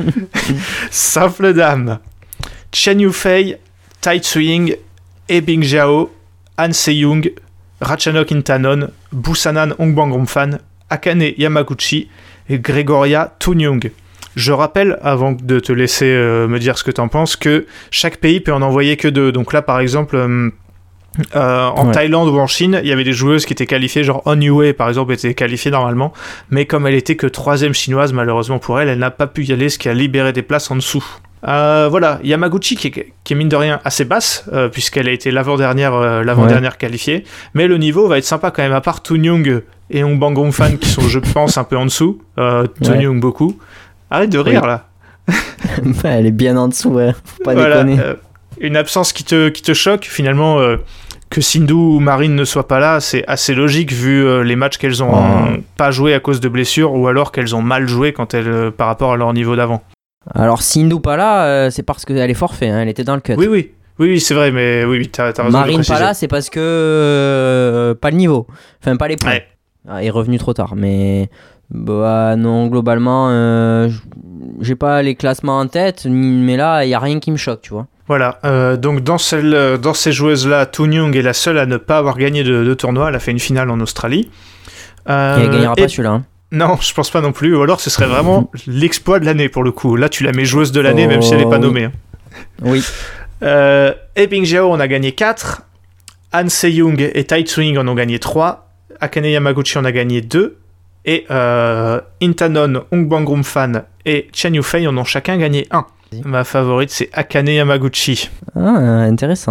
Simple dame. Chen Yufei, Tai Tsuing, He Bingjiao, Han Se-young, Ratchanok Intanon, Busanan Ongbangongfan, Akane Yamaguchi et Gregoria Tunyung. Je rappelle, avant de te laisser euh, me dire ce que t'en penses, que chaque pays peut en envoyer que deux. Donc là, par exemple, euh, euh, en Ouais. Thaïlande ou en Chine, il y avait des joueuses qui étaient qualifiées, genre On Yue, par exemple, était qualifiée normalement. Mais comme elle était que troisième chinoise, malheureusement pour elle, elle n'a pas pu y aller, ce qui a libéré des places en dessous. Euh, voilà, Yamaguchi qui est, qui est mine de rien assez basse, euh, puisqu'elle a été l'avant-dernière, euh, l'avant-dernière qualifiée, mais le niveau va être sympa quand même, à part Tunyung et Ongbangongfan qui sont, je pense, un peu en dessous, euh, Tunyung beaucoup. Arrête de rire Oui. là. Bah, elle est bien en dessous, ouais. Faut pas Voilà, déconner. euh, une absence qui te, qui te choque, finalement, euh, que Sindhu ou Marine ne soient pas là, c'est assez logique vu euh, les matchs qu'elles ont Oh. pas joué à cause de blessures, ou alors qu'elles ont mal joué quand elles, euh, par rapport à leur niveau d'avant. Alors, Sindhu pas là, euh, c'est parce qu'elle est forfait, hein, elle était dans le cut. Oui, oui, oui, oui, c'est vrai, mais oui, oui, t'as, t'as raison de Marine préciser. pas là, c'est parce que euh, pas le niveau. Enfin, pas les points. Ouais. Ah, il est revenu trop tard. Mais bah, non, globalement, euh, j'ai pas les classements en tête, mais là, il y a rien qui me choque, tu vois. Voilà, euh, donc dans, celle, dans ces joueuses-là, Tunyung est la seule à ne pas avoir gagné de, de tournoi. Elle a fait une finale en Australie. Euh, Et elle gagnera et- pas celui-là. hein. Non, je pense pas non plus. Ou alors ce serait vraiment l'exploit de l'année pour le coup. Là, tu la mets joueuse de l'année, Oh, même si elle n'est pas oui. nommée. hein. Oui. Euh, He Bingjiao en a gagné quatre. Han Se-young et Tai Tsuing en ont gagné trois. Akane Yamaguchi en a gagné deux. Et euh, Intanon, Ongbangongfan et Chen Yufei en ont chacun gagné un. Ma favorite, c'est Akane Yamaguchi. Ah, intéressant.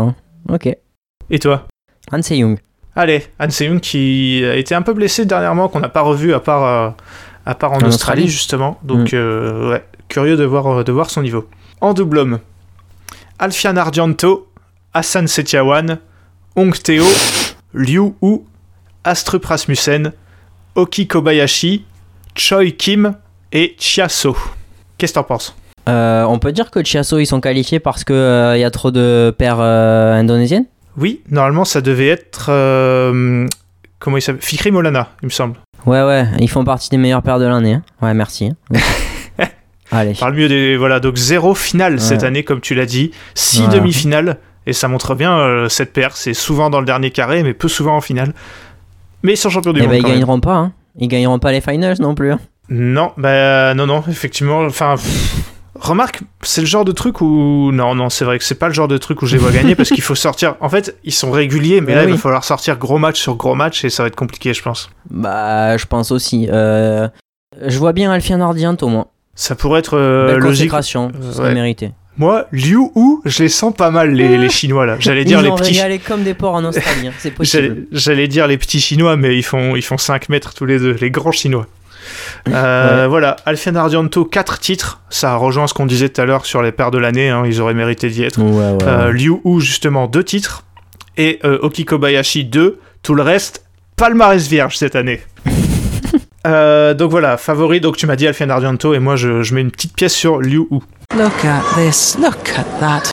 Ok. Et toi? Han Se-young. Allez, Han Se-young qui a été un peu blessé dernièrement, qu'on n'a pas revu à part, euh, à part en, en Australie, Australie justement. Donc, mm. euh, ouais, curieux de voir, de voir son niveau. En double homme, Alfian Argento, Hassan Setiawan, Hong Teo, Liu Hu, Astrup Rasmussen, Oki Kobayashi, Choi Kim et Chiasso. Qu'est-ce que t'en penses? euh, On peut dire que Chiasso, ils sont qualifiés parce qu'il euh, y a trop de paires euh, indonésiennes? Oui, normalement ça devait être... Euh, comment il s'appelle? Fikri Maulana, il me semble. Ouais, ouais, ils font partie des meilleures paires de l'année. Hein. Ouais, merci. Hein. Allez. Parle mieux des... Voilà, donc zéro finale ouais. cette année, comme tu l'as dit. Six ouais. demi-finales. Et ça montre bien euh, cette paire. C'est souvent dans le dernier carré, mais peu souvent en finale. Mais ils sont champions du et monde. Bah, ils quand gagneront même. pas. Hein. Ils gagneront pas les finals non plus. Hein. Non, bah non, non, effectivement. Enfin, pff, remarque, c'est le genre de truc où... Non, non, c'est vrai que c'est pas le genre de truc où je les vois gagner parce qu'il faut sortir... En fait, ils sont réguliers, mais, mais là, oui. il va falloir sortir gros match sur gros match et ça va être compliqué, je pense. Bah, je pense aussi. Euh... Je vois bien Alfian Argento, moi. Ça pourrait être euh, Belle logique. Consécration, euh, c'est ouais. mérité. Moi, Liu Hu, je les sens pas mal, les, les Chinois, là. J'allais dire ils les ont petits... régalé comme des porcs en Australie, hein. C'est possible. J'allais, j'allais dire les petits Chinois, mais ils font, ils font cinq mètres tous les deux, les grands Chinois. Euh, ouais. Voilà, Alfian Argento, quatre titres. Ça rejoint ce qu'on disait tout à l'heure sur les paires de l'année, hein, ils auraient mérité d'y être. Ouais, ouais, euh, ouais. Liu Hu, justement, deux titres. Et euh, Oki Kobayashi, deux. Tout le reste, palmarès vierge cette année. Euh, donc voilà, favori, donc tu m'as dit Alfian Argento et moi je, je mets une petite pièce sur Liu Hu. Look at this, look at that.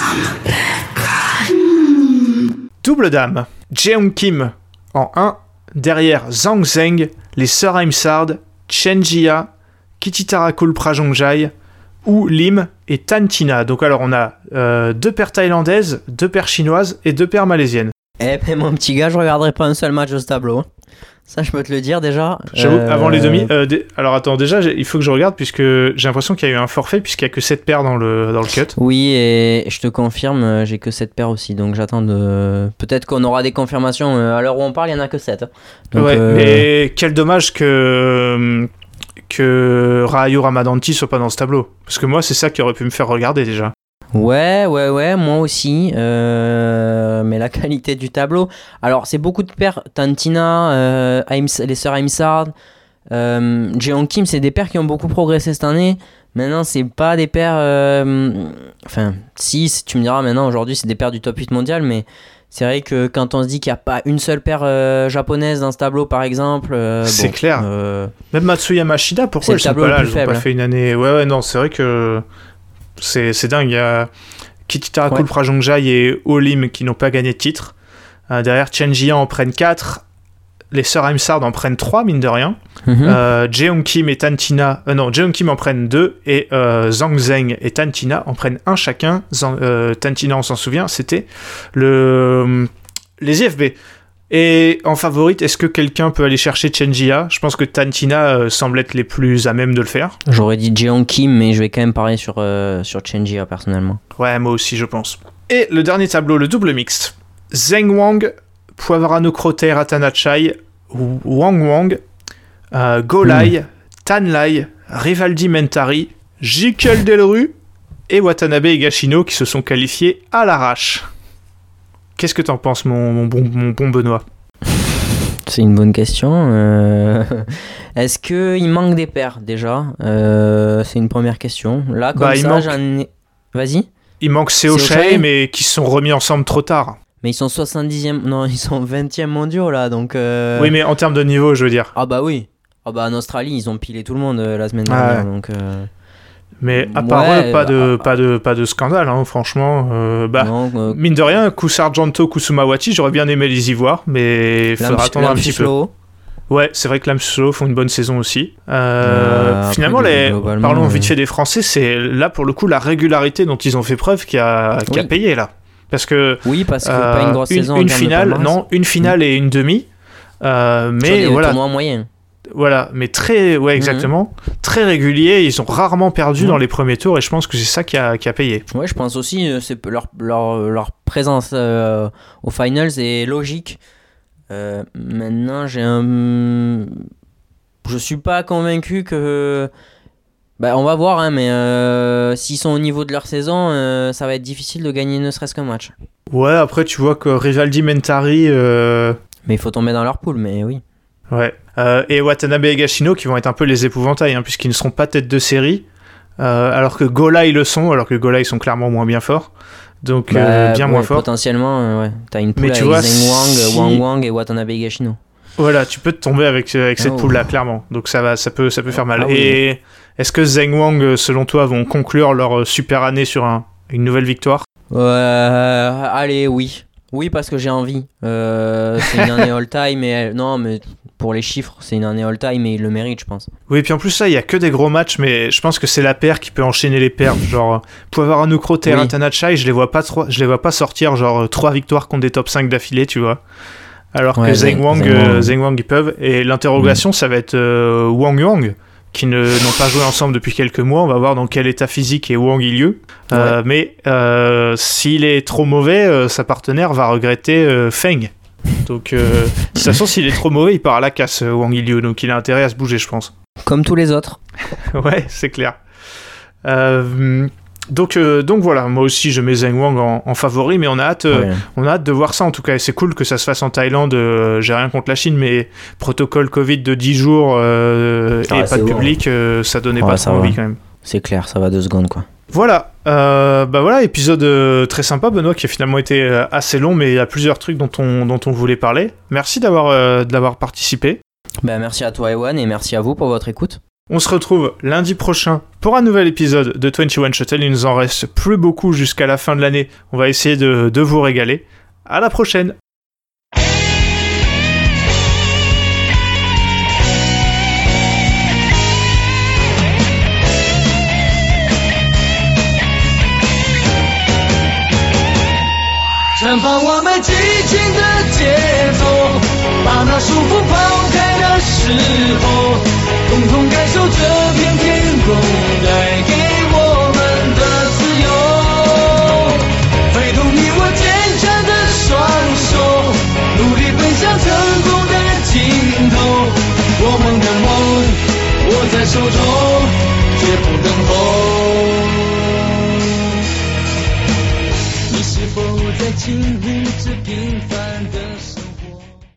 Double dame, Jeong Kim en un, derrière Zhang Zheng, les sœurs Imsard, Chen Jia, Kititarakul Prajongjai, Wu Lim et Tan Tina. Donc alors on a euh, deux paires thaïlandaises, deux paires chinoises et deux paires malaisiennes. Eh ben mon petit gars, je regarderai pas un seul match de ce tableau. Ça, je peux te le dire déjà. J'avoue, euh... avant les demi... Euh, des... Alors attends, déjà, il faut que je regarde, puisque j'ai l'impression qu'il y a eu un forfait, puisqu'il n'y a que sept paires dans le, dans le cut. Oui, et je te confirme, j'ai que sept paires aussi, donc j'attends de... Peut-être qu'on aura des confirmations. À l'heure où on parle, il n'y en a que sept. Donc, ouais, euh... mais quel dommage que... que Rahayu Ramadanti soit pas dans ce tableau. Parce que moi, c'est ça qui aurait pu me faire regarder, déjà. Ouais, ouais, ouais, moi aussi. Euh, mais la qualité du tableau. Alors, c'est beaucoup de paires. Tantina, euh, Aims, les sœurs Imsard, euh, Jeong Kim, c'est des paires qui ont beaucoup progressé cette année. Maintenant, c'est pas des paires. Euh, enfin, si, tu me diras maintenant, aujourd'hui, c'est des paires du top huit mondial. Mais c'est vrai que quand on se dit qu'il n'y a pas une seule paire euh, japonaise dans ce tableau, par exemple. Euh, c'est bon, clair. Euh, Même Matsuya Mashida, pourquoi elles sont pas là? Elles ont pas fait une année. Ouais, ouais, non, c'est vrai que. C'est, c'est dingue, il y a Kititarakul ouais. Prajongjai et Olim qui n'ont pas gagné de titre. Euh, derrière, Chen Jia en prennent quatre, les sœurs Imsard en prennent trois, mine de rien. Mm-hmm. Euh, Jeong Kim et Tan Tina, euh, non, Jeong Kim en prennent deux, et euh, Zhang Zheng et Tan Tina en prennent un chacun. Zhang, euh, Tan Tina, on s'en souvient, c'était le, les I F B. Et en favorite, est-ce que quelqu'un peut aller chercher Chen Jia? Je pense que Tan Tina euh, semble être les plus à même de le faire. J'aurais dit Jeong Kim, mais je vais quand même parler sur, euh, sur Chen Jia personnellement. Ouais, moi aussi, je pense. Et le dernier tableau, le double mixte. Zheng Wang, Poivrano Crote Ratanachai, Wang Wang, euh, Golai, mm. Tan Lai, Rivaldi Mentari, Jikel Delru et Watanabe Higashino qui se sont qualifiés à l'arrache. Qu'est-ce que t'en penses, mon, mon, bon, mon bon Benoît? C'est une bonne question. Euh... Est-ce qu'il manque des paires, déjà? euh, C'est une première question. Là, comme bah, ça, manque... j'en ai... Vas-y. Il manque Seo Chae, mais qui se sont remis ensemble trop tard. Mais ils sont soixante-dixième... Non, ils sont vingtième mondiaux, là, donc... Euh... Oui, mais en termes de niveau, je veux dire. Ah bah oui. Ah bah en Australie, ils ont pilé tout le monde euh, la semaine dernière, ah ouais. donc... Euh... Mais à part ouais, eux, pas de, bah, pas, de, pas de scandale, hein, franchement. Euh, bah, non, euh, mine de rien, Kusargento, Kusumawati, j'aurais bien aimé les y voir, mais il faudra attendre un petit peu. Ouais, c'est vrai que l'Amslo font une bonne saison aussi. Euh, euh, finalement, les, parlons vite fait des Français, c'est là pour le coup la régularité dont ils ont fait preuve qui a, qui oui. a payé là. Parce que, oui, parce que euh, pas une grosse une, saison. Une finale, non, une finale mmh. et une demi. Euh, mais voilà. Tournoi moyen. Voilà, mais très, ouais, exactement, mmh. très régulier. Ils ont rarement perdu mmh. dans les premiers tours et je pense que c'est ça qui a, qui a payé. Ouais, je pense aussi euh, c'est leur, leur, leur présence euh, aux finals est logique. Euh, maintenant, j'ai un, je suis pas convaincu que Bah, on va voir, hein, mais euh, s'ils sont au niveau de leur saison, euh, ça va être difficile de gagner ne serait-ce qu'un match. Ouais, après, tu vois que Rivaldi, Mentari... Euh... Mais il faut tomber dans leur poule, mais oui. Ouais. Euh, et Watanabe et Gashino qui vont être un peu les épouvantails, hein, puisqu'ils ne seront pas tête de série, euh, alors que Golai le sont, alors que Golai sont clairement moins bien forts. Donc, bah, euh, bien ouais, moins forts. Potentiellement, euh, ouais. T'as une poule mais avec tu vois, Zheng Wang, si... Wang Wang et Watanabe et Gashino. Voilà, tu peux te tomber avec, avec cette oh. poule-là, clairement. Donc ça, va, ça, peut, ça peut faire mal. Ah, oui. Et est-ce que Zheng Wang, selon toi, vont conclure leur super année sur un, une nouvelle victoire ? euh, Allez, oui. Oui, parce que j'ai envie. Euh, c'est une année all-time, mais non, mais pour les chiffres, c'est une année all-time et il le mérite, je pense. Oui, puis en plus, ça, il y a que des gros matchs, mais je pense que c'est la paire qui peut enchaîner les paires. Genre, pour avoir un Nukro Terra Oui. Tanachai, je les vois pas trop, je les vois pas sortir genre trois victoires contre des top cinq d'affilée, tu vois. Alors ouais, que Zheng Wang, Zheng euh, Wang. Zheng Wang, ils peuvent. Et l'interrogation, mmh. ça va être euh, Wang Yang, qui ne, n'ont pas joué ensemble depuis quelques mois. On va voir dans quel état physique est Wang Ilyu. Euh, ouais. Mais euh, s'il est trop mauvais, euh, sa partenaire va regretter euh, Feng. Donc, euh, de toute façon, s'il est trop mauvais, il part à la casse, euh, Wang Ilyu. Donc, il a intérêt à se bouger, je pense. Comme tous les autres. Ouais, c'est clair. Euh, donc, euh, donc voilà, moi aussi, je mets Zheng Wang en, en favori, mais on a hâte, euh, ouais. on a hâte de voir ça en tout cas. Et c'est cool que ça se fasse en Thaïlande. Euh, j'ai rien contre la Chine, mais protocole Covid de dix jours euh, ah, et pas de public, euh, ça donnait ouais, pas trop envie quand même. C'est clair, ça va deux secondes quoi. Voilà, euh, bah voilà, épisode euh, très sympa, Benoît, qui a finalement été euh, assez long, mais il y a plusieurs trucs dont on, dont on voulait parler. Merci d'avoir, euh, d'avoir participé. Bah, merci à toi, Ewan, et merci à vous pour votre écoute. On se retrouve lundi prochain pour un nouvel épisode de vingt et un Shuttle. Il nous en reste plus beaucoup jusqu'à la fin de l'année. On va essayer de, de vous régaler. À la prochaine. 绽放我们激情的节奏，把那束缚抛开的时候，共同感受这片天空带给我们的自由，挥动你我坚强的双手，努力奔向成功的尽头。我们的梦握在手中，绝不等候。你是否在经历这平凡